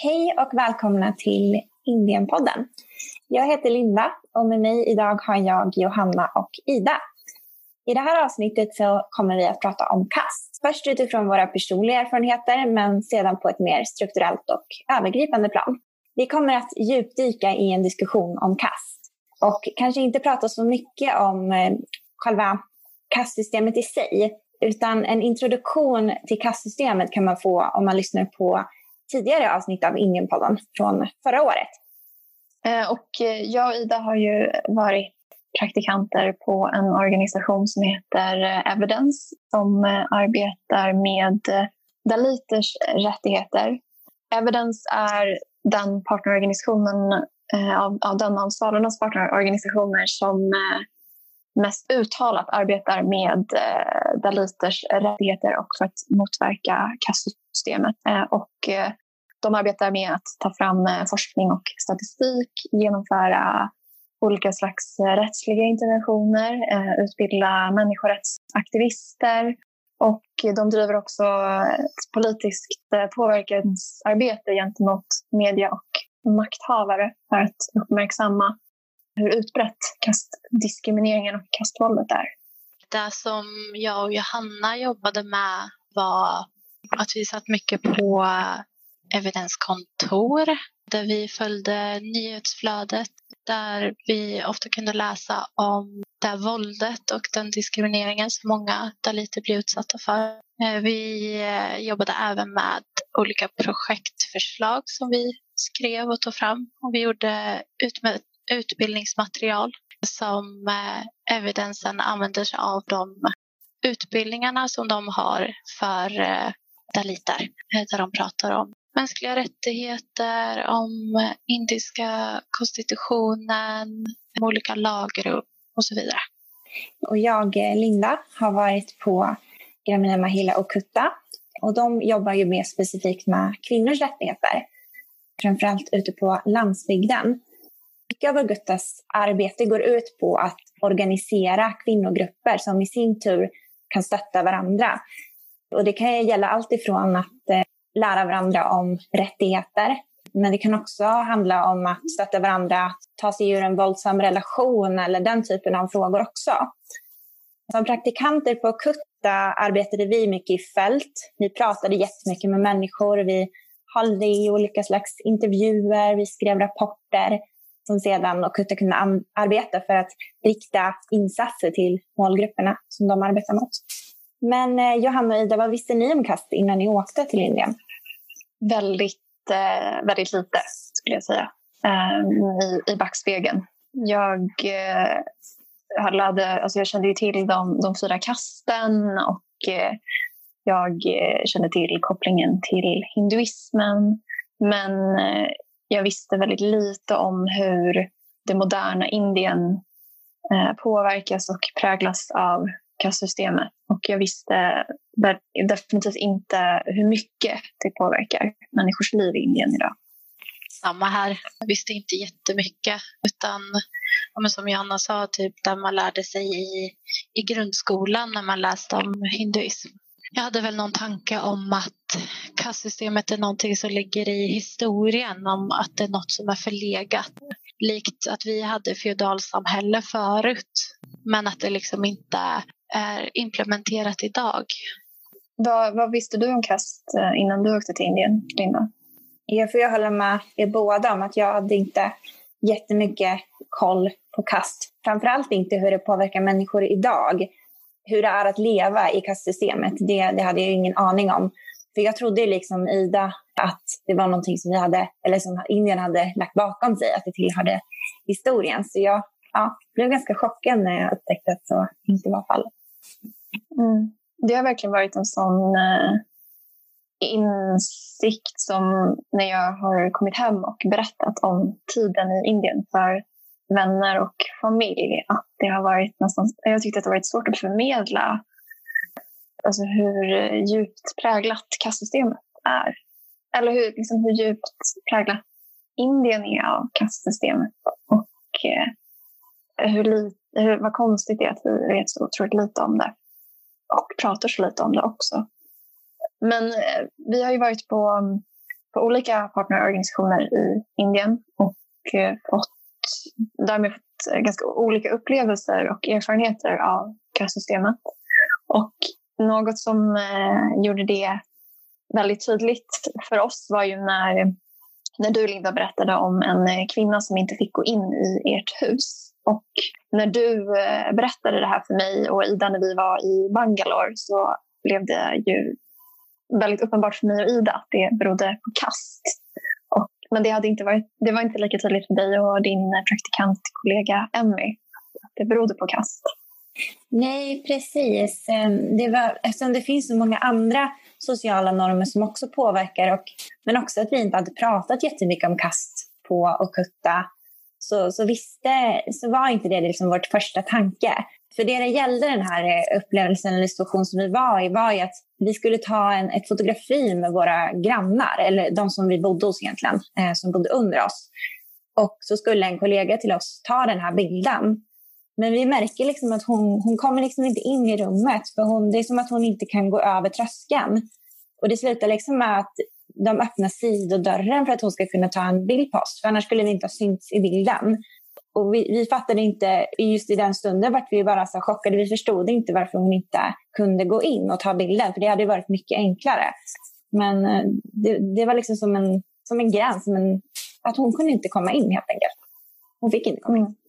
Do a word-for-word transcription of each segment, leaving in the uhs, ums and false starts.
Hej och välkomna till Indienpodden. Jag heter Linda och med mig idag har jag Johanna och Ida. I det här avsnittet så kommer vi att prata om kast. Först utifrån våra personliga erfarenheter men sedan på ett mer strukturellt och övergripande plan. Vi kommer att djupdyka i en diskussion om kast och kanske inte prata så mycket om eh, själva kastsystemet i sig, utan en introduktion till kastsystemet kan man få om man lyssnar på tidigare avsnitt av Indienpodden från förra året. Och jag och Ida har ju varit praktikanter på en organisation som heter Evidence som arbetar med daliters rättigheter. Evidence är den partnerorganisationen av, av den av Svalornas partnerorganisationer som mest uttalat arbetar med daliters rättigheter och för att motverka kastsystemet. Och de arbetar med att ta fram forskning och statistik, genomföra olika slags rättsliga interventioner, utbilda människorättsaktivister och de driver också ett politiskt påverkansarbete gentemot media och makthavare för att uppmärksamma hur utbrett kastdiskrimineringen och kastvåldet är. Det som jag och Johanna jobbade med var att vi satt mycket på evidenskontor där vi följde nyhetsflödet, där vi ofta kunde läsa om det våldet och den diskrimineringen som många daliter blir utsatta för. Vi jobbade även med olika projektförslag som vi skrev och tog fram, och vi gjorde ut- utbildningsmaterial som evidensen använder sig av de utbildningarna som de har för daliter, där de pratar om mänskliga rättigheter, om indiska konstitutionen, olika lagar och så vidare. Och jag, Linda, har varit på Grameen Mahila och Kutta. Och de jobbar ju mer specifikt med kvinnors rättigheter. Framförallt ute på landsbygden. Mycket av Guttas arbete går ut på att organisera kvinnogrupper som i sin tur kan stötta varandra. Och det kan gälla allt ifrån att lära varandra om rättigheter. Men det kan också handla om att stötta varandra att ta sig ur en våldsam relation eller den typen av frågor också. Som praktikanter på Kutta arbetade vi mycket i fält. Vi pratade jättemycket med människor. Vi höll i olika slags intervjuer. Vi skrev rapporter som sedan och Kutta kunde an- arbeta för att rikta insatser till målgrupperna som de arbetar mot. Men eh, Johanna och Ida, vad visste ni om kast innan ni åkte till Indien? Väldigt, eh, väldigt lite skulle jag säga, eh, i, i backspegeln. Jag, eh, hade, alltså jag kände ju till de, de fyra kasten och eh, jag eh, kände till kopplingen till hinduismen. Men eh, jag visste väldigt lite om hur det moderna Indien eh, påverkas och präglas av kastsystemet. Och jag visste definitivt inte hur mycket det påverkar människors liv i Indien idag. Samma här. Jag visste inte jättemycket. Utan, ja, som Johanna sa, typ där man lärde sig i, i grundskolan när man läste om hinduism. Jag hade väl någon tanke om att kastsystemet är någonting som ligger i historien. Om att det är något som är förlegat. Likt att vi hade feodalsamhälle förut. Men att det liksom inte är implementerat idag. Vad, vad visste du om kast innan du åkte till Indien, Linda? Jag får jag hålla med er båda om att jag hade inte jättemycket koll på kast. Framförallt inte hur det påverkar människor idag. Hur det är att leva i kastsystemet, det, det hade jag ingen aning om. För jag trodde liksom Ida att det var någonting som vi hade, eller som Indien hade lagt bakom sig, att det tillhörde historien. Så jag ja, blev ganska chockad när jag upptäckte att så inte var fallet. Mm. Det har verkligen varit en sån eh, insikt som när jag har kommit hem och berättat om tiden i Indien för vänner och familj. Att det har varit nästan, jag tyckte att det har varit svårt att förmedla alltså hur djupt präglat kastsystemet är. Eller hur, liksom, hur djupt präglat Indien är av kastsystemet. Och eh, hur, li- hur vad konstigt det är att vi vet så otroligt lite om det. Och pratar så lite om det också. Men eh, vi har ju varit på, på olika partnerorganisationer i Indien och fått, därmed fått ganska olika upplevelser och erfarenheter av kastsystemet. Och något som eh, gjorde det väldigt tydligt för oss var ju när, när du, Linda, berättade om en kvinna som inte fick gå in i ert hus. Och när du eh, berättade det här för mig och Ida när vi var i Bangalore, så blev det ju väldigt uppenbart för mig och Ida att det berodde på kast. Och, men det, hade inte varit, det var inte lika tydligt för dig och din praktikantkollega Emmy att det berodde på kast. Nej, precis. Det var, eftersom det finns så många andra sociala normer som också påverkar, och, men också att vi inte hade pratat jättemycket om kast på Okutta, så, så visste, så var inte det liksom vårt första tanke. För det det gällde den här upplevelsen eller situation som vi var i var ju att vi skulle ta en, ett fotografi med våra grannar, eller de som vi bodde hos egentligen, eh, som bodde under oss. Och så skulle en kollega till oss ta den här bilden. Men vi märker liksom att hon, hon kommer liksom inte in i rummet, för hon, det är som att hon inte kan gå över tröskeln. Och det slutar liksom med att de öppnar sidodörren för att hon ska kunna ta en bild på oss, för annars skulle vi inte ha synts i bilden. Och vi, vi fattade inte, just i den stunden vart vi bara så chockade. Vi förstod inte varför hon inte kunde gå in och ta bilden, för det hade varit mycket enklare. Men det, det var liksom som en, som en gräns, men att hon kunde inte komma in helt enkelt. Hon fick inte komma in.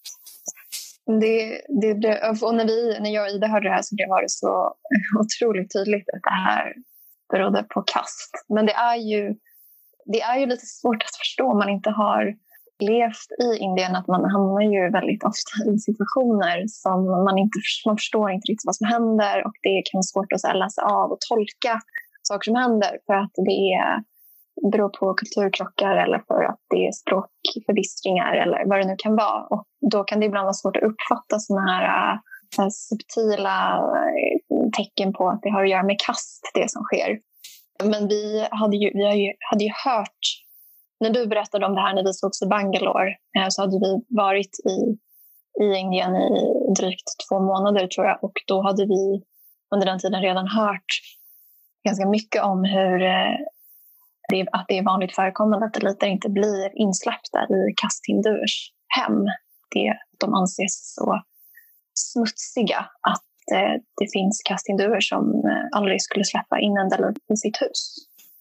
Det, det, det, och när, vi, när jag och Ida hörde det här så var det så otroligt tydligt att det här berodde på kast. Men det är ju, det är ju lite svårt att förstå om man inte har levt i Indien, att man hamnar ju väldigt ofta i situationer som man inte man förstår inte riktigt vad som händer, och det kan vara svårt att så här, läsa av och tolka saker som händer för att det är, beror på kulturkrockar eller för att det är språkförbistringar eller vad det nu kan vara. Och då kan det ibland vara svårt att uppfatta såna här, så här subtila tecken på att det har att göra med kast, det som sker. Men vi hade ju, vi hade ju hört, när du berättade om det här när vi sågs i Bangalore, så hade vi varit i, i Indien i drygt två månader tror jag. Och då hade vi under den tiden redan hört ganska mycket om hur det, att det är vanligt förekommande att daliter inte blir insläppta i kasthinduers hem. Det, de anses så smutsiga att eh, det finns kasthinduer som eh, aldrig skulle släppa in en dalit i sitt hus.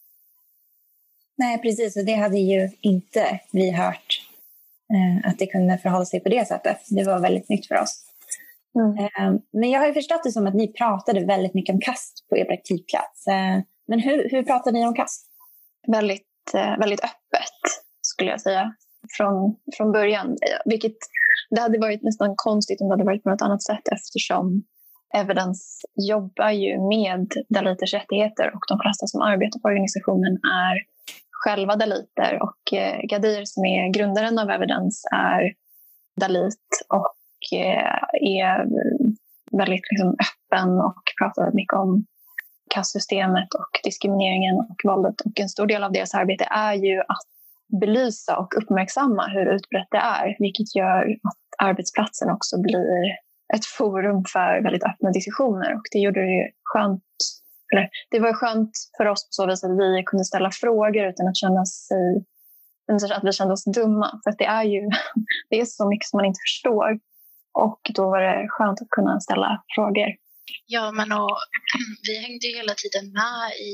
Nej, precis. Och det hade ju inte vi hört, eh, att det kunde förhålla sig på det sättet. Det var väldigt nytt för oss. Mm. Eh, men jag har ju förstått det som att ni pratade väldigt mycket om kast på er praktikplats. Eh, men hur, hur pratade ni om kast? Väldigt, eh, väldigt öppet skulle jag säga. Från, från början. Vilket det hade varit nästan konstigt om det hade varit på något annat sätt, eftersom Evidence jobbar ju med daliters rättigheter och de flesta som arbetar på organisationen är själva daliter, och eh, Gadir som är grundaren av Evidence är dalit och eh, är väldigt liksom, öppen och pratar mycket om kastsystemet och diskrimineringen och våldet, och en stor del av deras arbete är ju att belysa och uppmärksamma hur utbrett det är, vilket gör att arbetsplatsen också blir ett forum för väldigt öppna diskussioner. Och det gjorde det skönt, eller det var skönt för oss på så vis att vi kunde ställa frågor utan att känna sig, att vi kände oss dumma, för att det är ju det är så mycket som man inte förstår, och då var det skönt att kunna ställa frågor. Ja, men och, vi hängde ju hela tiden med i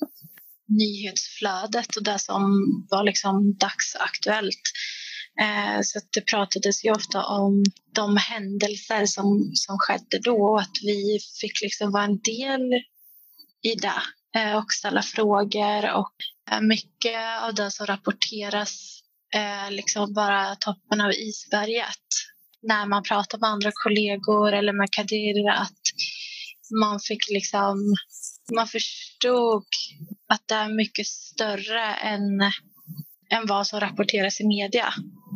nyhetsflödet och det som var liksom dagsaktuellt. Eh, så att det pratades ju ofta om de händelser som, som skedde då, och att vi fick liksom vara en del i det eh, och ställa frågor, och eh, mycket av det som rapporteras eh, liksom bara toppen av isberget. När man pratar med andra kollegor eller med Kadir, att man fick liksom, man förstod att det är mycket större än, än vad som rapporteras i media.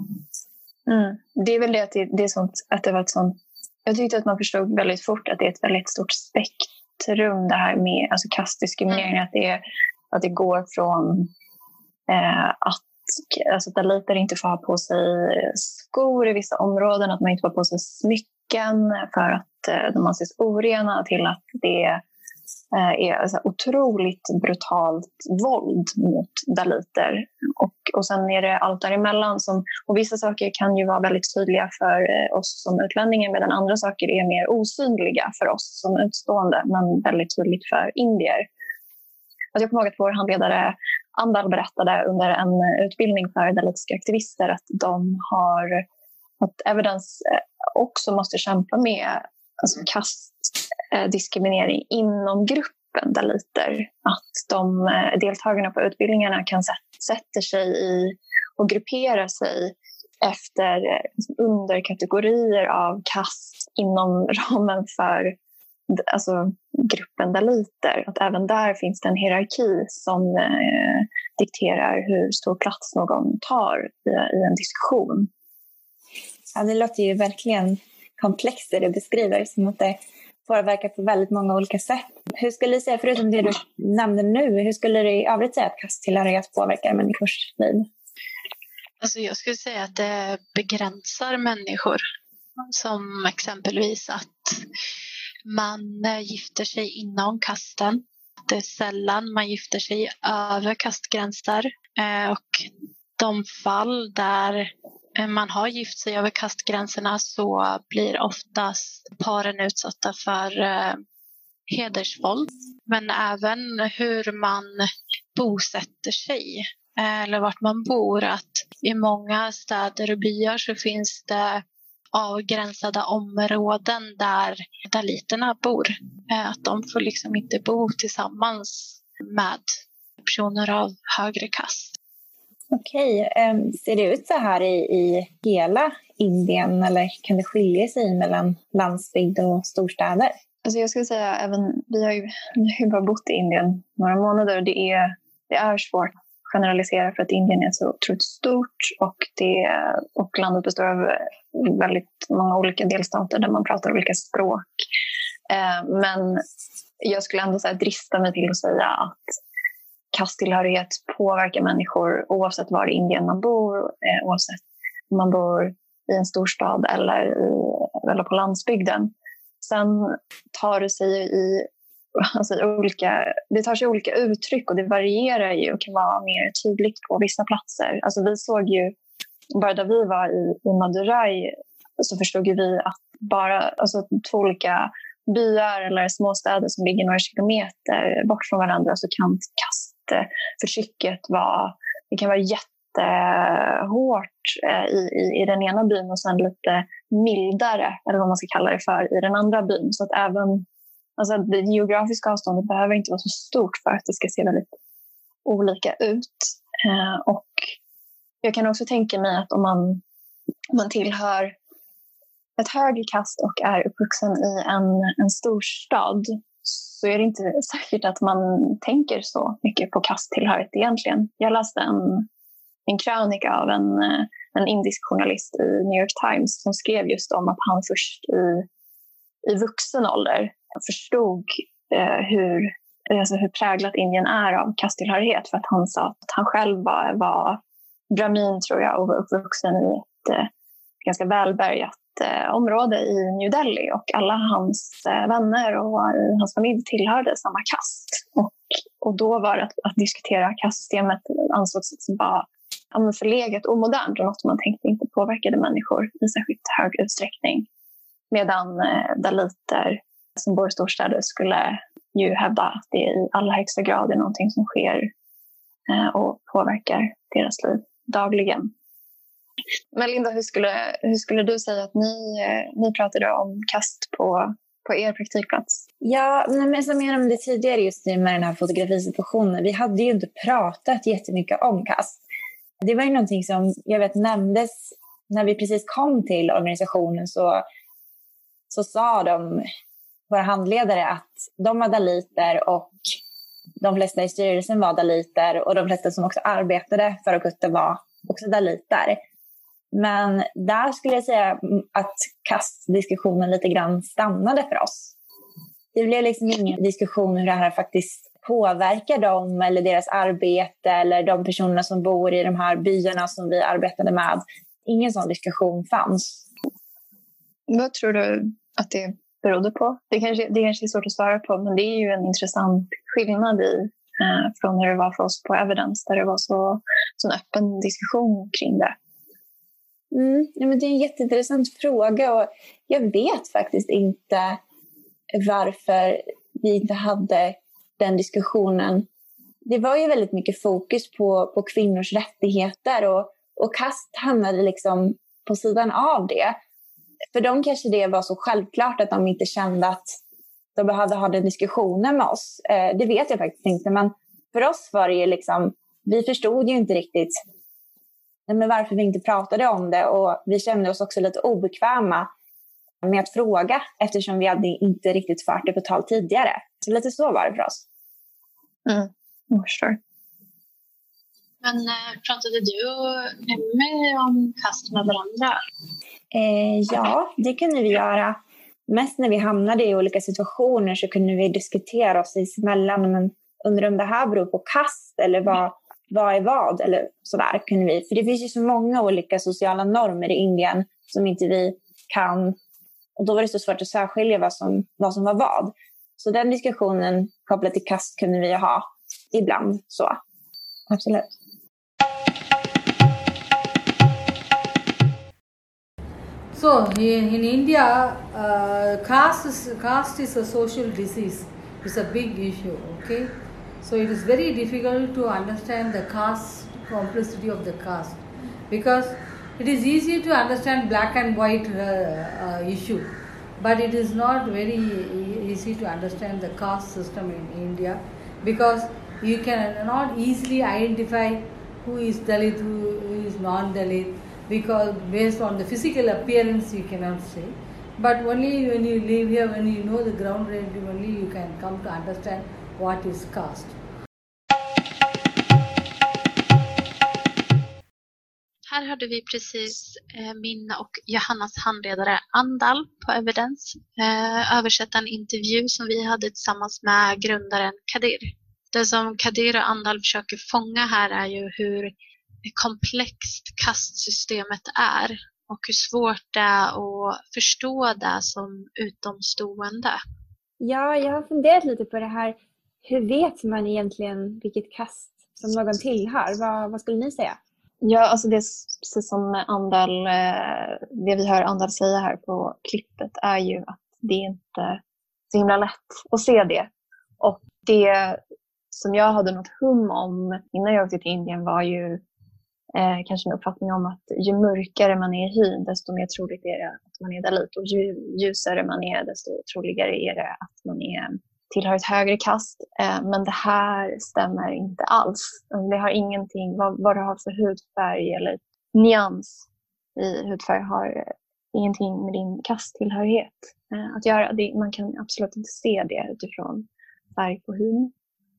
Mm. Det är väl det att det, det är sånt, att det var ett sånt, jag tyckte att man förstod väldigt fort att det är ett väldigt stort spektrum det här med alltså kastdiskriminering, mm. att, det är, att det går från eh, att alltså daliter inte får ha på sig skor i vissa områden, att man inte får på sig smycken för att eh, de anses orena, till att det är alltså otroligt brutalt våld mot daliter. Och, och sen är det allt däremellan. Som, och vissa saker kan ju vara väldigt tydliga för oss som utlänningar, medan andra saker är mer osynliga för oss som utstående, men väldigt tydligt för indier. Alltså jag kommer ihåg att vår handledare Andal berättade under en utbildning för dalitiska aktivister att de har, att Evidence också måste kämpa med alltså kastdiskriminering inom gruppen daliter. Att de deltagarna på utbildningarna kan sätta sig i och gruppera sig efter underkategorier av kast inom ramen för alltså gruppen daliter. Att även där finns det en hierarki som eh, dikterar hur stor plats någon tar i, i en diskussion. Ja, det låter ju verkligen komplext det du beskriver, som att det påverkar på väldigt många olika sätt. Hur skulle du säga, förutom det du nämnde nu, hur skulle du i övrigt säga att kasttillhörighet påverkar människors liv? Alltså jag skulle säga att det begränsar människor. Som exempelvis att man gifter sig inom kasten. Det är sällan man gifter sig över kastgränser. Och de fall där man har gift sig över kastgränserna så blir oftast paren utsatta för eh, hedersvåld. Men även hur man bosätter sig eh, eller vart man bor. Att i många städer och byar så finns det avgränsade områden där daliterna bor. Eh, att de får liksom inte bo tillsammans med personer av högre kast. Okej, um, ser det ut så här i, i hela Indien eller kan det skilja sig mellan landsbygd och storstäder? Alltså jag skulle säga, även, vi har ju, vi har ju bara bott i Indien några månader. Det är, det är svårt att generalisera för att Indien är så otroligt stort och, det, och landet består av väldigt många olika delstater där man pratar olika språk. Eh, men jag skulle ändå så här drista mig till att säga att kasttillhörighet påverkar människor oavsett var i Indien man bor, eh, oavsett om man bor i en storstad eller, i, eller på landsbygden. Sen tar det sig i, alltså i olika, det tar sig olika uttryck och det varierar ju och kan vara mer tydligt på vissa platser. Alltså vi såg ju, bara där vi var i, i Madurai så förstod ju vi att bara alltså två olika byar eller småstäder som ligger några kilometer bort från varandra så kan kastförtrycket vara, det kan vara jättehårt i, i, i den ena byn och sen lite mildare, eller vad man ska kalla det för, i den andra byn. Så att även alltså det geografiska avståndet behöver inte vara så stort för att det ska se väldigt olika ut. Och jag kan också tänka mig att om man, om man tillhör ett högre kast och är uppvuxen i en, en storstad så är det inte säkert att man tänker så mycket på kasttillhörighet egentligen. Jag läste en, en krönika av en, en indisk journalist i New York Times som skrev just om att han först i, i vuxen ålder förstod eh, hur, alltså hur präglat Indien är av kasttillhörighet, för att han sa att han själv var, var brahmin tror jag och var uppvuxen i ett eh, ganska välbärgat område i New Delhi och alla hans vänner och hans familj tillhörde samma kast. Och, och då var det att, att diskutera kastsystemet ansågs vara ja, förlegat och modernt och något man tänkte inte påverkade människor i särskilt hög utsträckning. Medan eh, daliter som bor i storstäder skulle ju hävda att det i allra högsta grad är någonting som sker eh, och påverkar deras liv dagligen. Men Linda, hur skulle, hur skulle du säga att ni, ni pratade om kast på, på er praktikplats? Ja, men som jag nämnde tidigare just nu med den här fotografisituationen, vi hade ju inte pratat jättemycket om kast. Det var ju någonting som jag vet nämndes när vi precis kom till organisationen, så, så sa de, våra handledare, att de var daliter och de flesta i styrelsen var daliter och de flesta som också arbetade för Okutta var också daliter. Men där skulle jag säga att kastdiskussionen lite grann stannade för oss. Det blev liksom ingen diskussion hur det här faktiskt påverkar dem eller deras arbete eller de personerna som bor i de här byarna som vi arbetade med. Ingen sån diskussion fanns. Vad tror du att det berodde på. Det kanske, det kanske är svårt att svara på, men det är ju en intressant skillnad i eh, från hur det var för oss på Evidence, där det var så, så en öppen diskussion kring det. Mm, ja, men det är en jätteintressant fråga och jag vet faktiskt inte varför vi inte hade den diskussionen. Det var ju väldigt mycket fokus på, på kvinnors rättigheter och, och kast hamnade liksom på sidan av det. För dem kanske det var så självklart att de inte kände att de behövde ha den diskussionen med oss. Eh, det vet jag faktiskt inte, men för oss var det ju liksom, vi förstod ju inte riktigt men varför vi inte pratade om det och vi kände oss också lite obekväma med att fråga eftersom vi hade inte riktigt fört det på tal tidigare. Så lite så var det för oss. Mm, jag förstår. Men äh, pratade du och Emmy om kast med varandra? Eh, ja, det kunde vi göra. Mest när vi hamnade i olika situationer så kunde vi diskutera oss emellan. Men undrar om det här beror på kast eller vad, vad är vad eller sådär kunde vi. För det finns ju så många olika sociala normer i Indien som inte vi kan. Och då var det så svårt att särskilja vad som, vad som var vad. Så den diskussionen kopplat till kast kunde vi ha ibland så. Absolut. So in, in India, uh, caste is, caste is a social disease. It's a big issue. Okay, so it is very difficult to understand the caste complexity of the caste because it is easy to understand black and white uh, uh, issue, but it is not very easy to understand the caste system in India because you cannot easily identify who is Dalit, who is non-Dalit. Because based on the physical appearance you cannot say, but only when you live here, when you know the ground reality, only you can come to understand what is caste. Här hörde vi precis eh, min och Johannas handledare Andal på Evidence eh, översätta en intervju som vi hade tillsammans med grundaren Kadir. Det som Kadir och Andal försöker fånga här är ju hur komplext kastsystemet är och hur svårt det är att förstå det som utomstående. Ja, jag har funderat lite på det här. Hur vet man egentligen vilket kast som någon tillhör? Vad, vad skulle ni säga? Ja, alltså det är precis som Andal, det vi hör Andal säga här på klippet är ju att det är inte så himla lätt att se det. Och det som jag hade något hum om innan jag åkte till Indien var ju Eh, kanske en uppfattning om att ju mörkare man är i hyn desto mer troligt är det att man är dalit och ju ljusare man är desto troligare är det att man är, tillhör ett högre kast. Eh, men det här stämmer inte alls. Det har ingenting, vad, vad du har för hudfärg eller nyans i hudfärg har ingenting med din kasttillhörighet eh, att göra. Det, man kan absolut inte se det utifrån färg på hyn.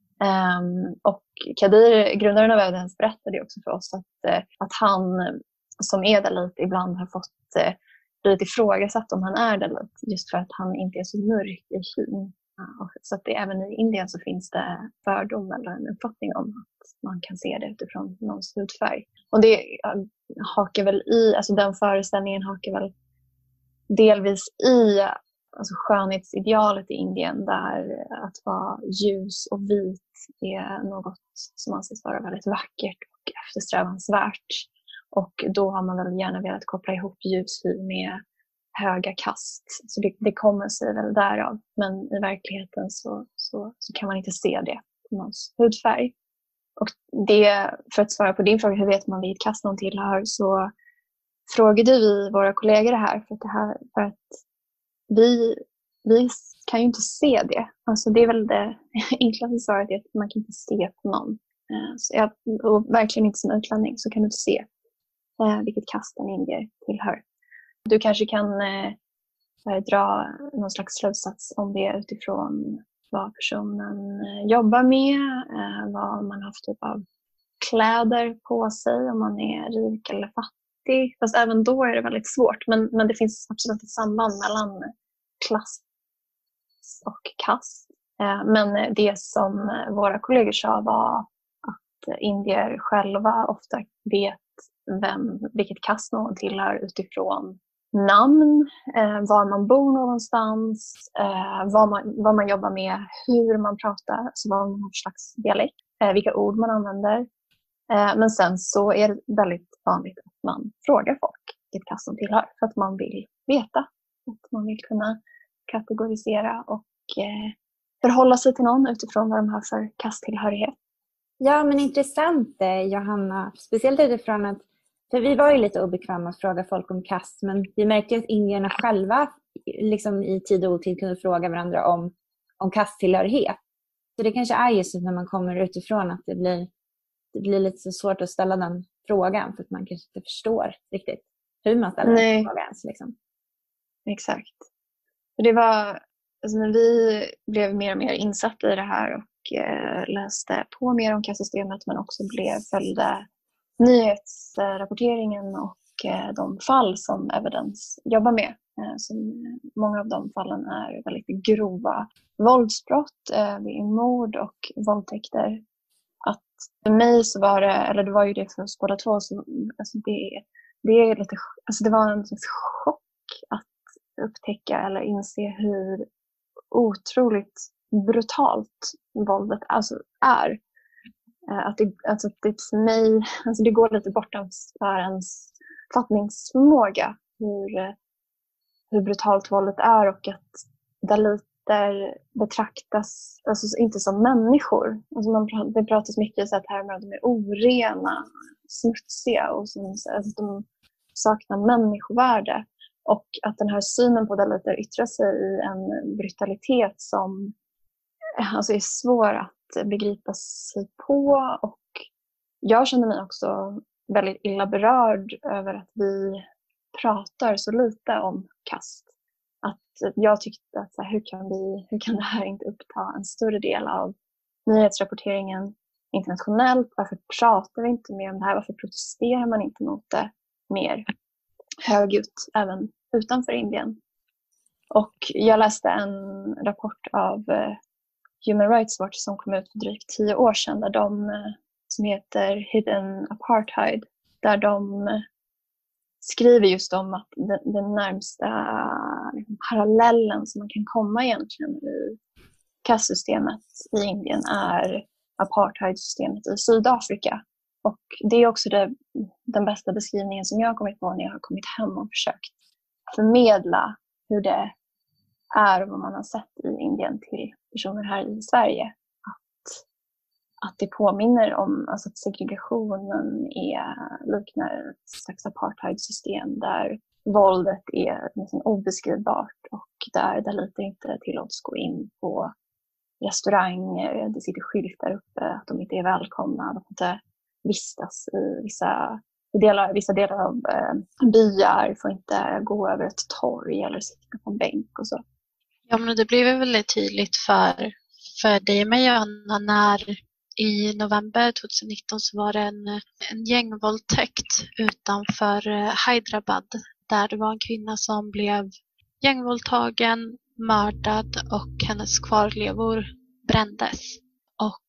Um, och Kadir, grundaren av Evidence, berättade också för oss att, uh, att han som är dalit ibland har fått uh, blivit ifrågasatt om han är dalit just för att han inte är så mörk i hyn. Uh, så att det, även i Indien så finns det fördom eller en uppfattning om att man kan se det utifrån någons hudfärg. Och det uh, hakar väl i, alltså den föreställningen hakar väl delvis i alltså skönhetsidealet i Indien där att vara ljus och vit är något som anses vara väldigt vackert och eftersträvansvärt. Och då har man väl gärna velat koppla ihop ljushy med höga kast. Så det, det kommer sig väl därav. Men i verkligheten så, så, så kan man inte se det på någons hudfärg. Och det, för att svara på din fråga, hur vet man vilket kast någon tillhör, så frågade vi våra kollegor det här. För att, det här, för att vi, vi kan ju inte se det. Alltså det är väl det enklaste svaret, att man kan inte se på någon. Så jag, och verkligen inte som utlänning så kan du inte se eh, vilket kast en indier tillhör. Du kanske kan eh, dra någon slags slutsats om det utifrån vad personen jobbar med, eh, vad man har haft typ av kläder på sig, om man är rik eller fattig. Fast även då är det väldigt svårt. Men, men det finns absolut ett samband mellan klass och kast. Eh, men det som våra kollegor sa var att indier själva ofta vet vem, vilket kast någon tillhör utifrån namn, eh, var man bor någonstans, eh, vad, man, vad man jobbar med, hur man pratar, alltså vad man har för slags dialekt, eh, vilka ord man använder. Eh, men sen så är det väldigt vanligt att man frågar folk vilket kast de tillhör, för att man vill veta, att man vill kunna kategorisera och eh, förhålla sig till någon utifrån vad de har för kasttillhörighet. Ja, men intressant eh, Johanna, speciellt utifrån att, för vi var ju lite obekväma att fråga folk om kast, men vi märkte att indierna själva liksom i tid och otid kunde fråga varandra om, om kasttillhörighet. Så det kanske är just när man kommer utifrån att det blir, det blir lite så svårt att ställa den frågan, för att man kanske inte förstår riktigt hur man ställer Nej. den frågan. Liksom. Exakt. Det var, alltså när vi blev mer och mer insatta i det här och eh, läste på mer om kassasystemet, men också blev följde nyhetsrapporteringen och eh, de fall som Evidence jobbar med. Eh, som, många av de fallen är väldigt grova våldsbrott, eh, det är mord och våldtäkter. Att för mig så var det, eller det var ju det för oss båda två, så, alltså det, det, är lite, alltså det var en slags chock att upptäcka eller inse hur otroligt brutalt våldet alltså är. Att det, alltså det för mig, alltså det går lite bortanför ens fattningsförmåga hur, hur brutalt våldet är, och att daliter betraktas alltså inte som människor. Alltså man, det pratas mycket i så här termer att de är orena, smutsiga och som, alltså de saknar människovärde. Och att den här synen på daliter yttrar sig i en brutalitet som alltså är svår att begripa sig på. Och jag känner mig också väldigt illa berörd över att vi pratar så lite om kast. Att jag tyckte att så här, hur, kan vi, hur kan det här inte uppta en större del av nyhetsrapporteringen internationellt? Varför pratar vi inte mer om det här? Varför protesterar man inte mot det mer högljutt även utanför Indien? Och jag läste en rapport av Human Rights Watch som kom ut för drygt tio år sedan, där de, som heter Hidden Apartheid, där de skriver just om att den, den närmsta liksom, parallellen som man kan komma egentligen i kastsystemet i Indien är apartheidsystemet i Sydafrika. Och det är också det, den bästa beskrivningen som jag har kommit på när jag har kommit hem och försökt förmedla hur det är och vad man har sett i Indien till personer här i Sverige. Att, att det påminner om alltså att segregationen är, liknar ett slags apartheidsystem där våldet är nästan obeskrivbart och där daliter inte tillåts gå in på restauranger. Det sitter skyltar uppe att de inte är välkomna. De får inte vistas i vissa delar, vissa delar av eh, byar, får inte gå över ett torg eller sitta på en bänk och så. Ja, men det blev väldigt tydligt för, för dig och mig, Johanna, när i november tjugonitton så var det en, en gängvåldtäkt utanför Hyderabad, där det var en kvinna som blev gängvåldtagen, mördad och hennes kvarlevor brändes. Och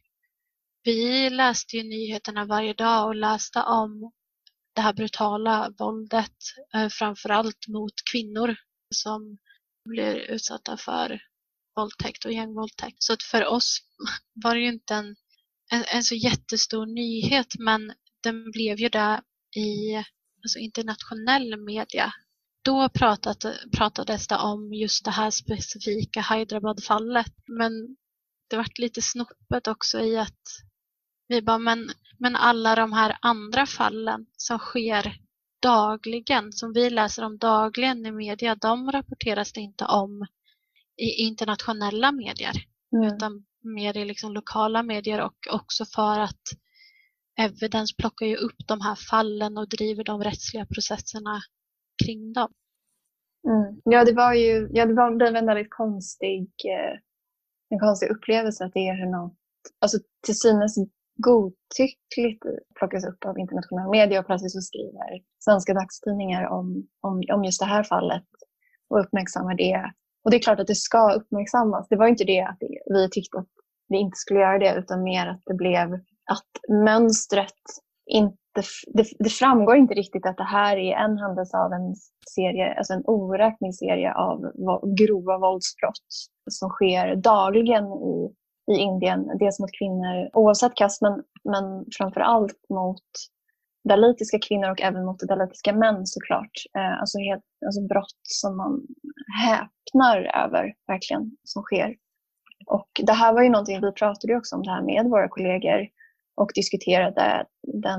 vi läste ju nyheterna varje dag och läste om det här brutala våldet, framförallt mot kvinnor som blir utsatta för våldtäkt och gängvåldtäkt. Så att för oss var det ju inte en, en, en så jättestor nyhet, men den blev ju där i alltså internationell media. Då pratat, pratades det om just det här specifika Hyderabad-fallet, men det var lite snoppet också i att vi bara, men, men alla de här andra fallen som sker dagligen, som vi läser om dagligen i media, de rapporteras det inte om i internationella medier, mm. utan mer i liksom lokala medier, och också för att Evidence plockar ju upp de här fallen och driver de rättsliga processerna kring dem. Mm. Ja, det var ju ja, det var en väldigt konstig eh, en konstig upplevelse att det är hur något, alltså till synes godtyckligt plockas upp av internationella medier, och plötsligt så skriver svenska dagstidningar om, om, om just det här fallet och uppmärksammar det. Och det är klart att det ska uppmärksammas. Det var inte det att vi tyckte att vi inte skulle göra det, utan mer att det blev att mönstret inte, det, det framgår inte riktigt att det här är en händelse av en serie, alltså en oräknelig serie av grova våldsbrott som sker dagligen i, i Indien. Dels mot kvinnor oavsett kast, men, men framför allt mot dalitiska kvinnor och även mot dalitiska män såklart. Eh, alltså, helt, alltså brott som man häpnar över verkligen som sker. Och det här var ju någonting, vi pratade också om det här med våra kollegor och diskuterade den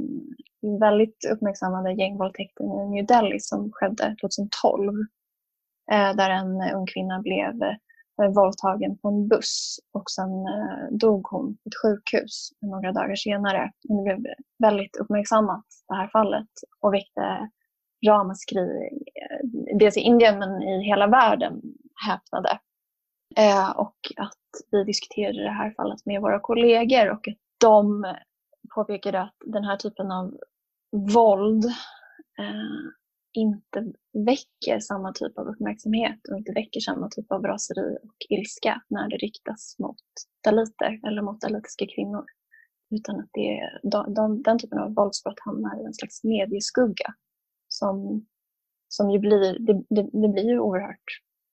väldigt uppmärksammade gängvåldtäkten i New Delhi som skedde tjugohundratolv. Eh, där en ung kvinna blev eh, våldtagen på en buss och sen eh, dog hon på ett sjukhus några dagar senare. Det blev väldigt uppmärksammat det här fallet och väckte ramaskri eh, dels i Indien men i hela världen häpnade. Eh, och att vi diskuterade det här fallet med våra kollegor och att de påpekade att den här typen av våld eh, inte väcker samma typ av uppmärksamhet och inte väcker samma typ av raseri och ilska när det riktas mot daliter eller mot dalitiska kvinnor. Utan att det är, de, de, den typen av våldsbrott hamnar i en slags medieskugga som, som ju blir, det, det, det blir ju oerhört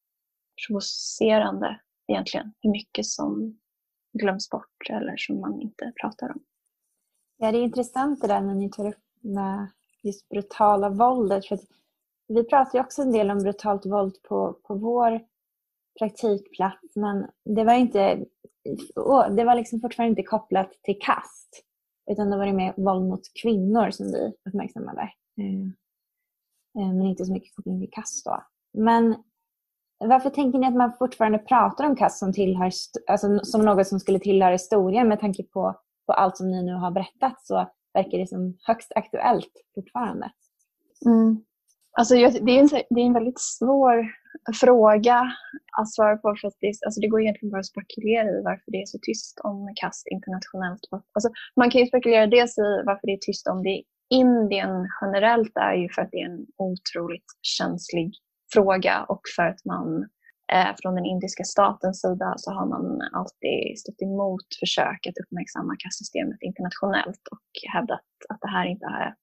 provocerande egentligen hur mycket som glöms bort eller som man inte pratar om. Ja, det är intressant det där när ni tar upp med just brutala våldet. För att vi pratar ju också en del om brutalt våld på, på vår praktikplats. Men det var inte det var liksom fortfarande inte kopplat till kast. Utan det var det mer våld mot kvinnor som vi uppmärksammade. Mm. Men inte så mycket koppling till kast då. Men varför tänker ni att man fortfarande pratar om kast som, tillhör, alltså som något som skulle tillhöra historien? Med tanke på, på allt som ni nu har berättat så verkar det som högst aktuellt fortfarande. Mm. Alltså, det, är en, det är en väldigt svår fråga att svara på. För att det, alltså, det går egentligen bara att spekulera i varför det är så tyst om kast internationellt. Alltså, man kan ju spekulera dels i varför det är tyst om det i Indien generellt är ju för att det är en otroligt känslig fråga och för att man eh, från den indiska statens sida så har man alltid stått emot försök att uppmärksamma kastsystemet internationellt och hävdat att det här inte är,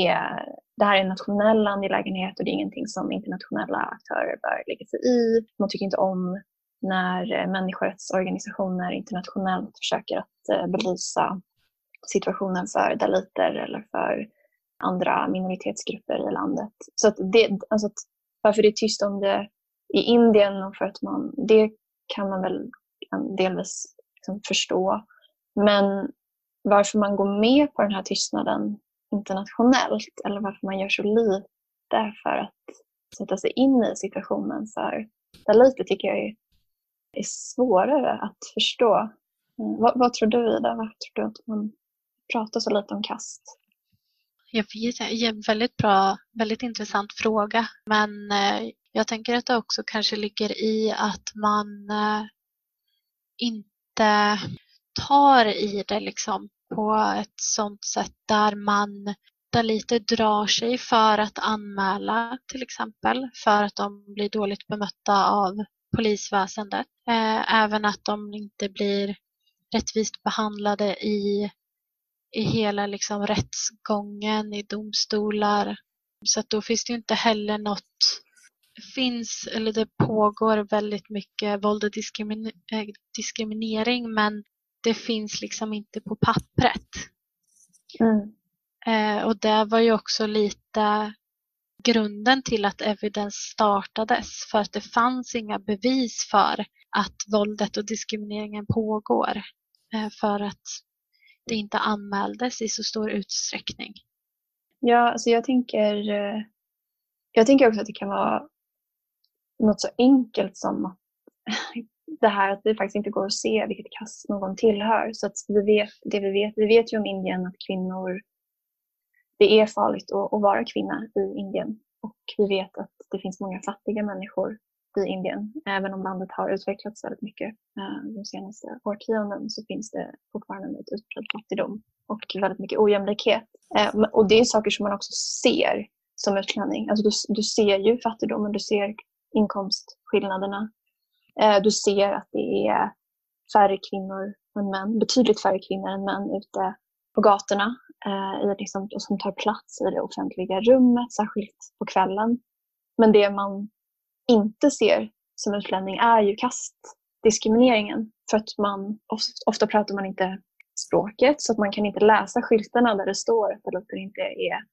det här är en nationell angelägenhet och det är ingenting som internationella aktörer bör lägga sig i. Man tycker inte om när människorättsorganisationer internationellt försöker att eh, belysa situationen för daliter eller för andra minoritetsgrupper i landet. Så att det, alltså att varför det är tyst om det i Indien och för att man, det kan man väl delvis liksom förstå. Men varför man går med på den här tystnaden internationellt eller varför man gör så lite för att sätta sig in i situationen för daliter tycker jag är, är svårare att förstå. Mm. Vad, vad tror du, Ida? Varför tror du att man pratar så lite om kast? Jag vet, det är en väldigt bra, väldigt intressant fråga. Men eh, jag tänker att det också kanske ligger i att man eh, inte tar i det liksom på ett sånt sätt där man där lite drar sig för att anmäla till exempel för att de blir dåligt bemötta av polisväsendet. Eh, även att de inte blir rättvist behandlade i i hela liksom rättsgången i domstolar. Så att då finns det ju inte heller något, det finns eller det pågår väldigt mycket våld och diskrimi- äh, diskriminering men det finns liksom inte på pappret. Mm. Eh, och det var ju också lite grunden till att Evidence startades för att det fanns inga bevis för att våldet och diskrimineringen pågår eh, för att det inte anmäldes i så stor utsträckning. Ja, alltså jag tänker jag tänker också att det kan vara något så enkelt som att det här att det faktiskt inte går att se vilket kast någon tillhör. Så att vi vet, det vi vet, vi vet ju om Indien att kvinnor, det är farligt att, att vara kvinna i Indien. Och vi vet att det finns många fattiga människor i Indien. Även om landet har utvecklats väldigt mycket de senaste årtionden så finns det fortfarande ett utbredd fattigdom och väldigt mycket ojämlikhet. Och det är saker som man också ser som utlänning. Alltså du, du ser ju fattigdomen, du ser inkomstskillnaderna. Du ser att det är färre kvinnor än män, betydligt färre kvinnor än män ute på gatorna. eh, i liksom, och som tar plats i det offentliga rummet, särskilt på kvällen. Men det man inte ser som utlänning är ju kastdiskrimineringen. För att man, ofta, ofta pratar man inte språket, så att man kan inte läsa skyltarna där det står att daliter inte är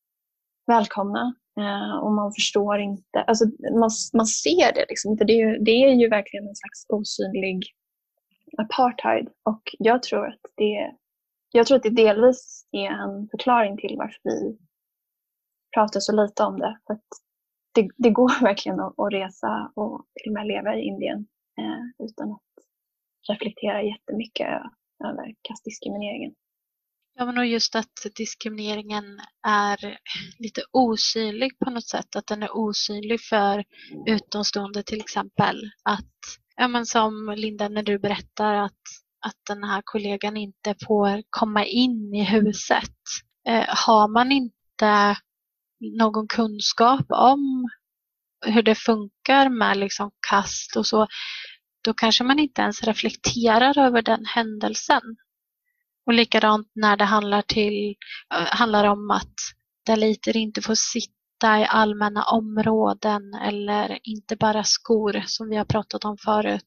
välkomna. Eh, och man förstår inte, alltså man, man ser det liksom inte. Det är, ju, det är ju verkligen en slags osynlig apartheid. Och jag tror att det, jag tror att det delvis är en förklaring till varför vi pratar så lite om det. För att det, det går verkligen att, att resa och till och med leva i Indien eh, utan att reflektera jättemycket över kastdiskrimineringen. Ja, men och just att diskrimineringen är lite osynlig på något sätt. Att den är osynlig för utomstående till exempel. Att, ja, men som Linda, när du berättar att, att den här kollegan inte får komma in i huset. Eh, har man inte någon kunskap om hur det funkar med liksom kast och så, då kanske man inte ens reflekterar över den händelsen. Och likadant när det handlar, till, äh, handlar om att daliter inte får sitta i allmänna områden eller inte bara skor som vi har pratat om förut.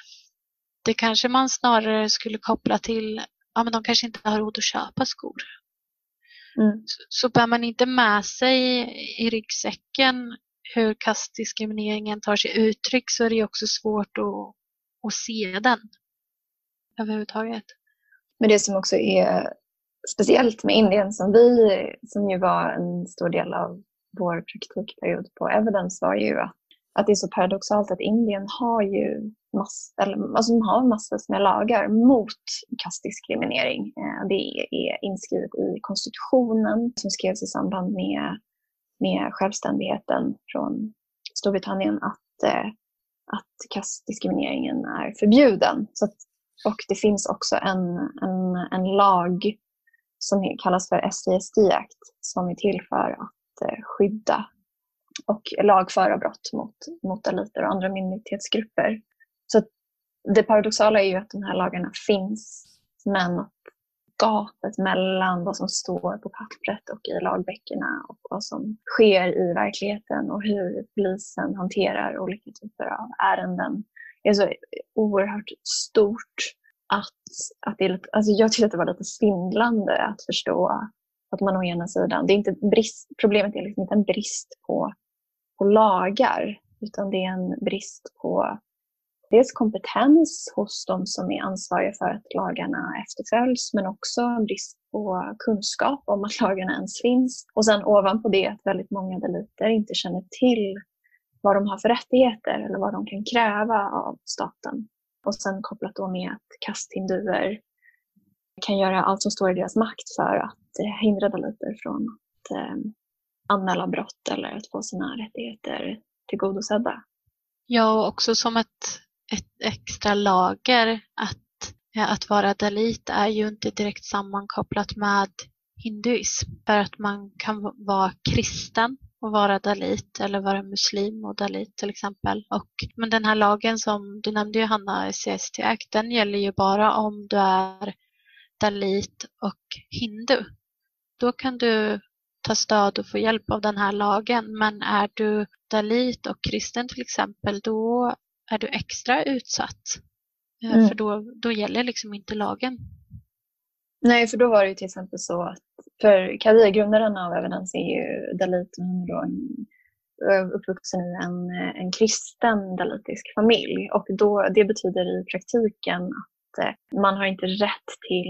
Det kanske man snarare skulle koppla till, ja men de kanske inte har råd att köpa skor. Mm. Så, så bär man inte med sig i ryggsäcken hur kastdiskrimineringen tar sig uttryck, så är det också svårt att, att se den överhuvudtaget. Men det som också är speciellt med Indien, som vi, som ju var en stor del av vår praktikperiod på Evidence, var ju att, att det är så paradoxalt att Indien har ju mass, eller, alltså de har massor med lagar mot kastdiskriminering. Det är inskrivet i konstitutionen som skrevs i samband med, med självständigheten från Storbritannien att, att kastdiskrimineringen är förbjuden. Så att, och det finns också en, en, en lag som kallas för S D S D Act som är till för att eh, skydda och lagföra brott mot, mot daliter och andra minoritetsgrupper. Så det paradoxala är ju att de här lagarna finns, men att gapet mellan vad som står på pappret och i lagböckerna och vad som sker i verkligheten och hur polisen hanterar olika typer av ärenden är så oerhört stort att, att det är lite, alltså jag tycker att det var lite svindlande att förstå att man å ena sidan, det är inte brist, problemet är liksom inte en brist på, på lagar, utan det är en brist på dels kompetens hos de som är ansvariga för att lagarna efterföljs, men också en brist på kunskap om att lagarna ens finns. Och sen ovanpå det att väldigt många daliter inte känner till vad de har för rättigheter eller vad de kan kräva av staten. Och sen kopplat då med att kasthinduer kan göra allt som står i deras makt för att hindra daliter från att eh, anmäla brott eller att få sina rättigheter tillgodosedda. Ja, och också som ett, ett extra lager att, att vara dalit är ju inte direkt sammankopplat med hinduism. För att man kan vara kristen och vara dalit eller vara muslim och dalit till exempel. Och, men den här lagen som du nämnde, Johanna, S D S D Act, den gäller ju bara om du är dalit och hindu. Då kan du ta stöd och få hjälp av den här lagen. Men är du dalit och kristen till exempel, då är du extra utsatt. Mm. För då, då gäller liksom inte lagen. Nej, för då var det ju till exempel så att för Kadir, grundaren av Evidence, är ju dalit och hon är då en, uppvuxen i en, en kristen dalitisk familj. Och då, det betyder i praktiken att eh, man har inte rätt till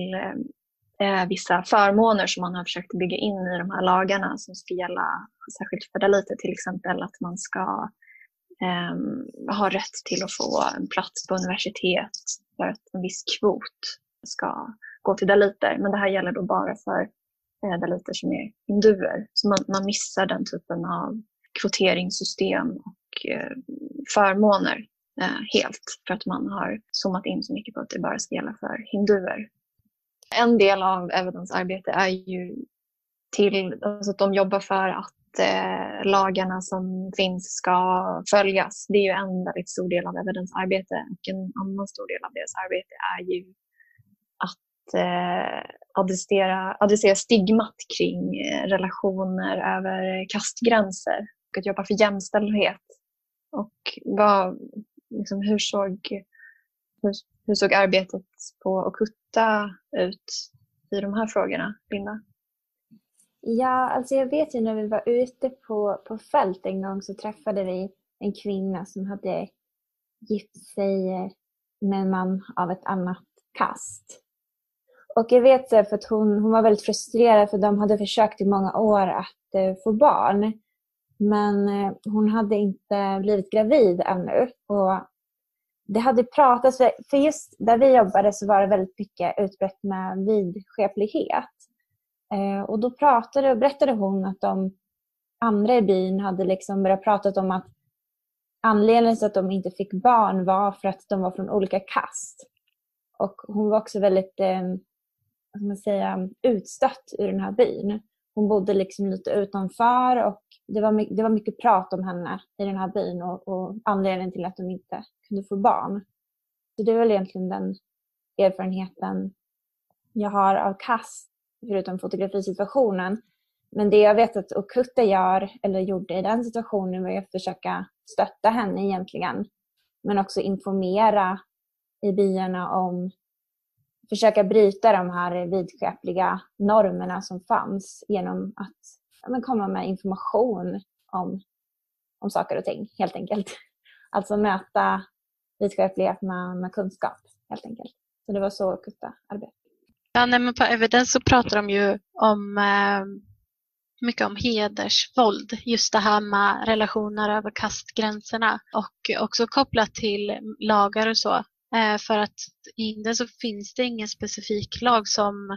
eh, vissa förmåner som man har försökt bygga in i de här lagarna som ska gälla särskilt för daliter. Till exempel att man ska eh, ha rätt till att få en plats på universitet för att en viss kvot ska gå till daliter. Men det här gäller då bara för eh, daliter som är hinduer. Så man, man missar den typen av kvoteringssystem och eh, förmåner eh, helt. För att man har zoomat in så mycket på att det bara ska gälla för hinduer. En del av Evidence arbete är ju till, alltså att de jobbar för att eh, lagarna som finns ska följas. Det är ju en väldigt stor del av Evidence arbete. Och en annan stor del av deras arbete är ju att adressera, adressera stigmat kring relationer över kastgränser och att jobba för jämställdhet. Och vad, liksom, hur, såg, hur, hur såg arbetet på Okutta ut i de här frågorna, Linda? Ja, alltså jag vet ju när vi var ute på, på fält en gång så träffade vi en kvinna som hade gift sig med en man av ett annat kast. Och jag vet så för att hon, hon var väldigt frustrerad för de hade försökt i många år att eh, få barn. Men eh, hon hade inte blivit gravid ännu. Och det hade pratats, för, för just där vi jobbade så var det väldigt mycket utbrett med vidskeplighet. Eh, och då pratade och berättade hon att de andra i byn hade liksom börjat prata om att anledningen till att de inte fick barn var för att de var från olika kast. Och hon var också väldigt eh, vad ska man säga, utstött ur den här byn. Hon bodde liksom lite utanför och det var, det var mycket prat om henne i den här byn och, och anledningen till att de inte kunde få barn. Så det är väl egentligen den erfarenheten jag har av kast, förutom fotografisituationen. Men det jag vet att Okutta gör, eller gjorde i den situationen, var att försöka stötta henne egentligen. Men också informera i byarna om, försöka bryta de här vidskepliga normerna som fanns genom att ja, men komma med information om, om saker och ting, helt enkelt. Alltså möta vidskeplighet med, med kunskap, helt enkelt. Så det var så Okutta arbetade. Ja, nej, men på Evidens så pratar de ju om eh, mycket om hedersvåld. Just det här med relationer över kastgränserna och också kopplat till lagar och så. Eh, för att i Indien så finns det ingen specifik lag som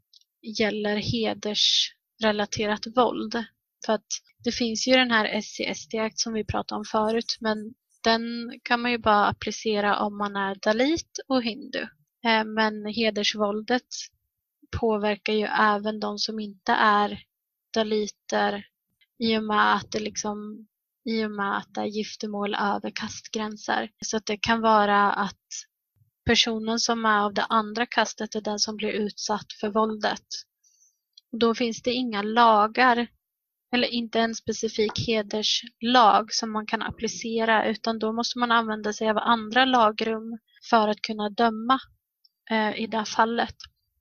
gäller hedersrelaterat våld. För att det finns ju den här S C S T-akt som vi pratade om förut, men den kan man ju bara applicera om man är dalit och hindu. Eh, men hedersvåldet påverkar ju även de som inte är daliter i och med att det liksom i och med att det är giftermål över kastgränser. Så att det kan vara att personen som är av det andra kastet är den som blir utsatt för våldet. Och då finns det inga lagar eller inte en specifik hederslag som man kan applicera, utan då måste man använda sig av andra lagrum för att kunna döma eh, i det här fallet.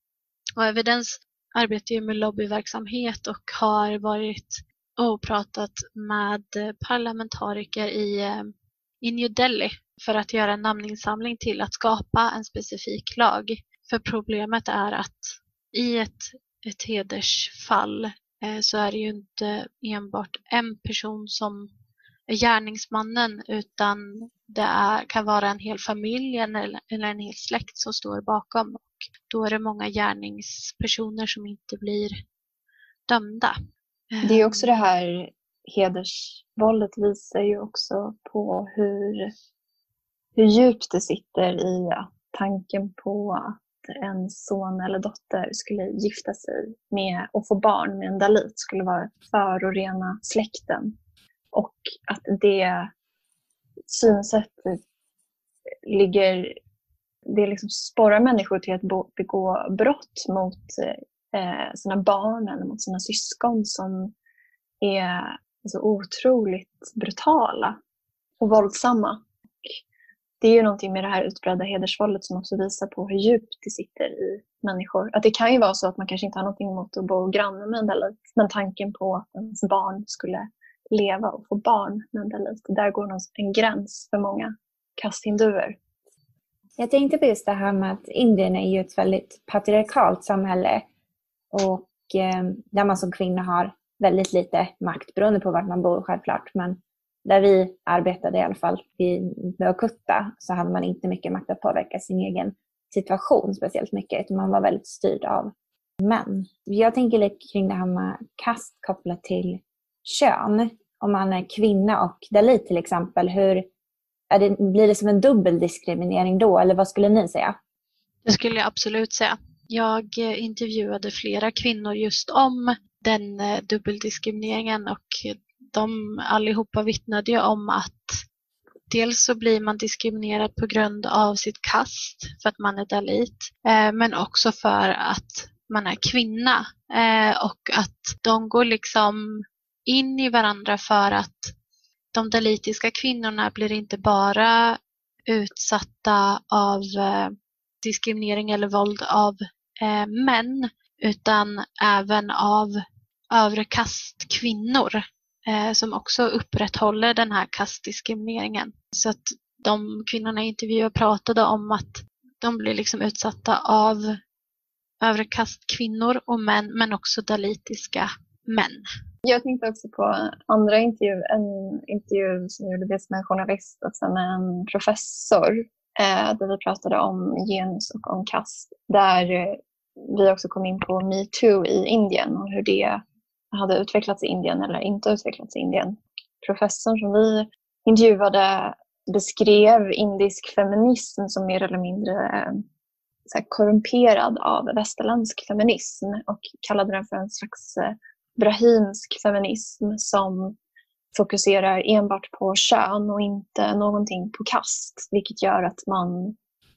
Och Evidens arbetar ju med lobbyverksamhet och har varit och pratat med parlamentariker i, i New Delhi för att göra en namninsamling till att skapa en specifik lag. För problemet är att i ett, ett hedersfall eh, så är det ju inte enbart en person som är gärningsmannen, utan det är, kan vara en hel familj eller, eller en hel släkt som står bakom. Och då är det många gärningspersoner som inte blir dömda. Det är också det här, hedersvåldet visar ju också på hur, hur djupt det sitter i att tanken på att en son eller dotter skulle gifta sig med och få barn med en dalit skulle vara förorena släkten. Och att det synsättet ligger, det liksom sporrar människor till att begå brott mot eh, sina barn eller mot sina syskon som är så otroligt brutala och våldsamma. Och det är ju någonting med det här utbredda hedersvåldet som också visar på hur djupt det sitter i människor. Att det kan ju vara så att man kanske inte har någonting emot att bo granne med en dalit, men tanken på att ens barn skulle leva och få barn med en dalit, där går en gräns för många kasthinduer. Jag tänkte på just det här med att Indien är ju ett väldigt patriarkalt samhälle och eh, där man som kvinna har väldigt lite makt beroende på vart man bor självklart. Men där vi arbetade i alla fall i Okutta så hade man inte mycket makt att påverka sin egen situation speciellt mycket, utan man var väldigt styrd av män. Jag tänker lite kring det här med kast kopplat till kön. Om man är kvinna och dalit till exempel, hur är det, blir det som en dubbel diskriminering då? Eller vad skulle ni säga? Det skulle jag absolut säga. Jag intervjuade flera kvinnor just om den dubbeldiskrimineringen och de allihopa vittnade ju om att dels så blir man diskriminerad på grund av sitt kast för att man är dalit, men också för att man är kvinna. Eh, och att de går liksom in i varandra för att de dalitiska kvinnorna blir inte bara utsatta av eh, diskriminering eller våld av eh, män, utan även av övre kastkvinnor eh, som också upprätthåller den här kastdiskrimineringen. Så att de kvinnorna i intervjuer pratade om att de blir liksom utsatta av övre kastkvinnor och män, men också dalitiska män. Jag tänkte också på andra intervju, en intervju som gjordes med en journalist och sen med en professor eh, där vi pratade om genus och om kast. Där eh, vi också kom in på MeToo i Indien och hur det hade utvecklats i Indien eller inte utvecklats i Indien. Professorn som vi intervjuade beskrev indisk feminism som mer eller mindre eh, så här korrumperad av västerländsk feminism och kallade den för en slags eh, brahimsk feminism som fokuserar enbart på kön och inte någonting på kast, vilket gör att man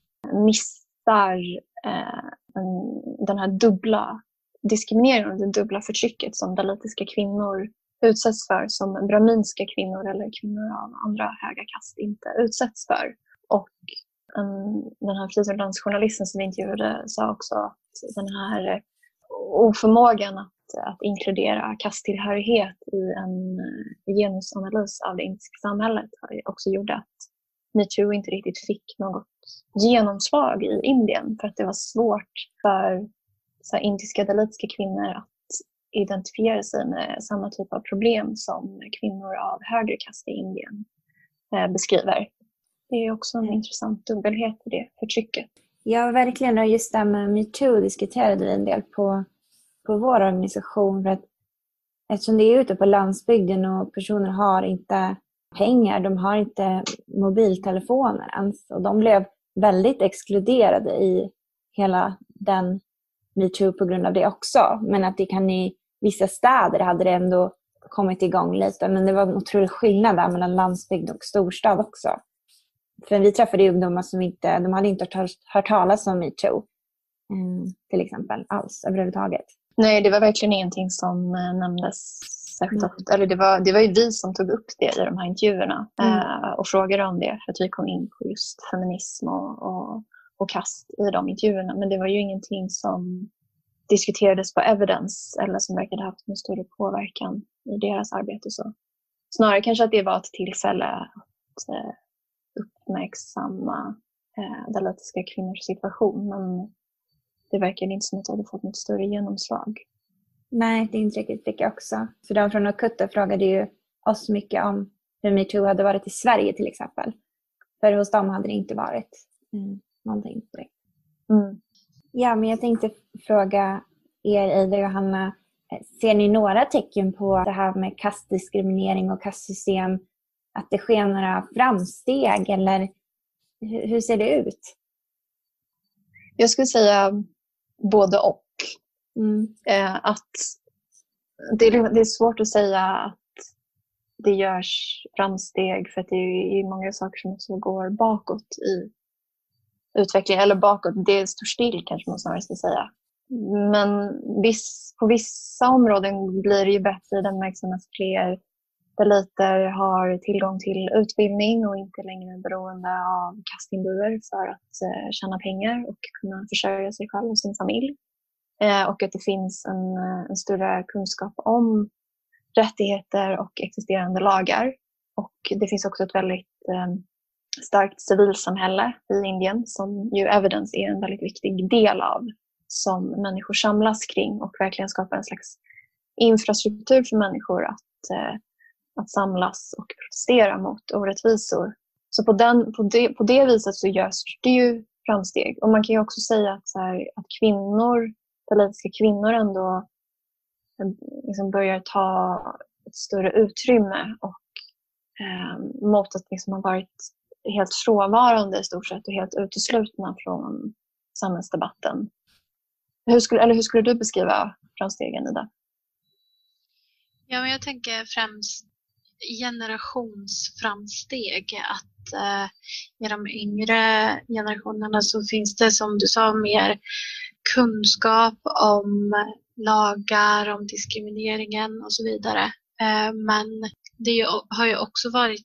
missar eh, en, den här dubbla diskrimineringen och det dubbla förtrycket som dalitiska kvinnor utsätts för, som brahminska kvinnor eller kvinnor av andra höga kast inte utsätts för. Och en, den här frilansjournalisten som vi intervjuade sa också att den här oförmågan att att inkludera kasttillhörighet i en genusanalys av det indiska samhället har också gjort att MeToo inte riktigt fick något genomslag i Indien för att det var svårt för så här, indiska dalitiska kvinnor att identifiera sig med samma typ av problem som kvinnor av högre kast i Indien eh, beskriver. Det är också en mm. intressant dubbelhet i det förtrycket. Ja, verkligen. Och just det här med MeToo diskuterade vi en del på på vår organisation, för att eftersom det är ute på landsbygden och personer har inte pengar, de har inte mobiltelefoner ens, och de blev väldigt exkluderade i hela den MeToo på grund av det också. Men att det kan i vissa städer hade det ändå kommit igång lite, men det var en otrolig skillnad där mellan landsbygd och storstad också. För vi träffade ungdomar som inte, de hade inte hört, hört talas om MeToo mm, till exempel alls överhuvudtaget. Nej, det var verkligen ingenting som eh, nämndes särskilt ofta. Mm. Eller det var, det var ju vi som tog upp det i de här intervjuerna mm. eh, och frågade om det. För att vi kom in på just feminism och, och, och kast i de intervjuerna. Men det var ju ingenting som diskuterades på evidence eller som verkade haft någon större påverkan i deras arbete. Så. Snarare kanske att det var ett tillfälle att eh, uppmärksamma eh, dalitiska kvinnors situation. Men det verkar inte som att det hade fått något större genomslag. Nej, det intrycket fick jag också. För de från Okutta frågade ju oss mycket om hur MeToo hade varit i Sverige till exempel. För hos dem hade det inte varit mm, någonting direkt. Mm. Ja, men jag tänkte fråga er, Eida och Johanna, ser ni några tecken på det här med kastdiskriminering och kastsystem? Att det sker några framsteg eller hur, hur ser det ut? Jag skulle säga både och. Mm. Eh, att det är, det är svårt att säga att det görs framsteg för att det är många saker som också går bakåt i utvecklingen. Eller bakåt, det står still kanske man snarare ska säga. Men viss, på vissa områden blir det ju bättre i den märksamhet att fler daliter har tillgång till utbildning och inte längre beroende av kastinduer för att eh, tjäna pengar och kunna försörja sig själv och sin familj. Eh, och att det finns en, en större kunskap om rättigheter och existerande lagar. Och det finns också ett väldigt eh, starkt civilsamhälle i Indien som ju evidence är en väldigt viktig del av, som människor samlas kring och verkligen skapar en slags infrastruktur för människor att eh, att samlas och protestera mot orättvisor. Så på, den, på, det, på det viset så görs det ju framsteg. Och man kan ju också säga att, så här, att kvinnor, dalitiska kvinnor ändå liksom börjar ta ett större utrymme och eh, mot att liksom har varit helt frånvarande i stort sett och helt uteslutna från samhällsdebatten. Hur skulle, eller hur skulle du beskriva framstegen, Ida? Ja, men jag tänker främst generationsframsteg. Att eh, i de yngre generationerna så finns det, som du sa, mer kunskap om lagar, om diskrimineringen och så vidare. Men det har ju också varit,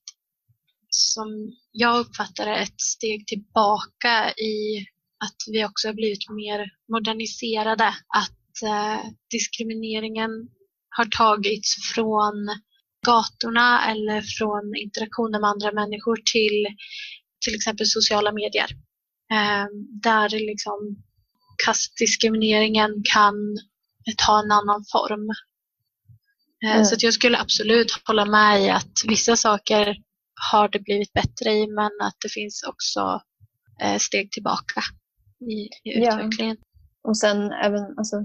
som jag uppfattar det, ett steg tillbaka i att vi också har blivit mer moderniserade. Att eh, diskrimineringen har tagits från gatorna eller från interaktioner med andra människor till till exempel sociala medier. Eh, där liksom kastdiskrimineringen kan ta en annan form. Eh, mm. Så att jag skulle absolut hålla med i att vissa saker har det blivit bättre i, men att det finns också eh, steg tillbaka i, i utvecklingen. Ja. Och sen även, alltså,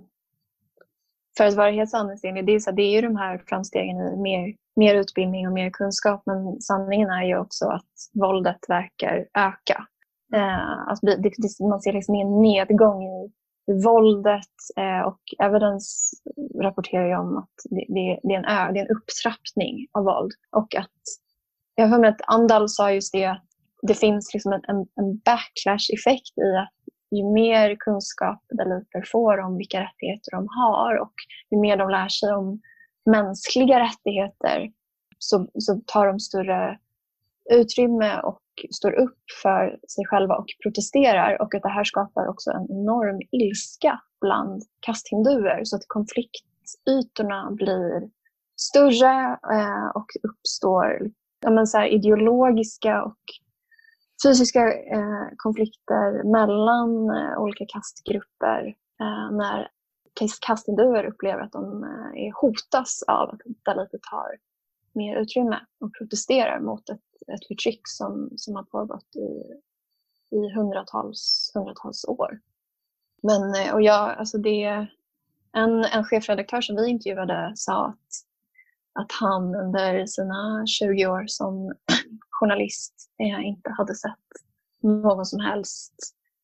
för att vara helt sanningsenlig, det är, så, det är ju de här framstegen i mer, mer utbildning och mer kunskap, men sanningen är ju också att våldet verkar öka. Eh, att det, det, man ser liksom en nedgång i, i våldet eh, och Evidence rapporterar ju om att det, det, det, är en ö, det är en upptrappning av våld. Och att, jag har med att Andal sa just det, att det finns liksom en, en backlash-effekt i att ju mer kunskap daliter får om vilka rättigheter de har och ju mer de lär sig om mänskliga rättigheter så, så tar de större utrymme och står upp för sig själva och protesterar, och att det här skapar också en enorm ilska bland kasthinduer så att konfliktytorna blir större eh, och uppstår ja, men så här, ideologiska och fysiska eh, konflikter mellan eh, olika kastgrupper eh, när kasthinduer upplever att de eh, är hotas av att daliter tar mer utrymme och protesterar mot ett, ett förtryck som, som har pågått i, i hundratals, hundratals år. Men, eh, och jag, alltså det, en, en chefredaktör som vi intervjuade sa att, att han under sina tjugo år som journalist eh, inte hade sett någon som helst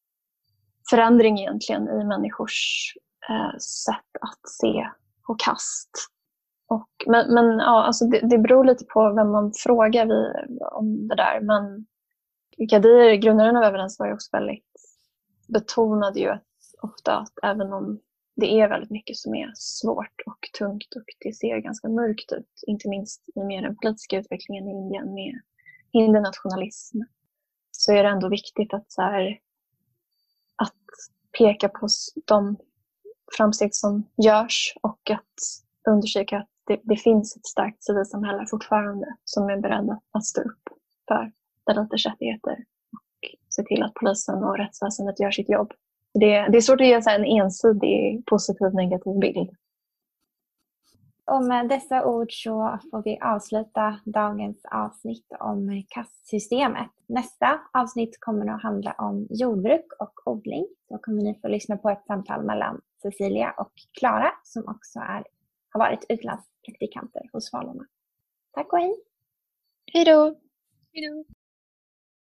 förändring egentligen i människors eh, sätt att se på kast. Och, men men ja, alltså det, det beror lite på vem man frågar vi, om det där. Men Kadir, grundaren av Evidence, var ju också väldigt betonade ju att ofta att även om det är väldigt mycket som är svårt och tungt och det ser ganska mörkt ut, inte minst med den politiska utvecklingen i Indien med hindunationalism, så är det ändå viktigt att, så här, att peka på de framsteg som görs och att undersöka att det, det finns ett starkt civilsamhälle fortfarande som är beredda att stå upp för daliters rättigheter och se till att polisen och rättsväsendet gör sitt jobb. Det, det är svårt att ge så här en ensidig positiv negativ bild. Och med dessa ord så får vi avsluta dagens avsnitt om kastsystemet. Nästa avsnitt kommer att handla om jordbruk och odling. Då kommer ni få lyssna på ett samtal mellan Cecilia och Klara som också är, har varit utlandspraktikanter hos Valorna. Tack och hej! Hej då! Hej då!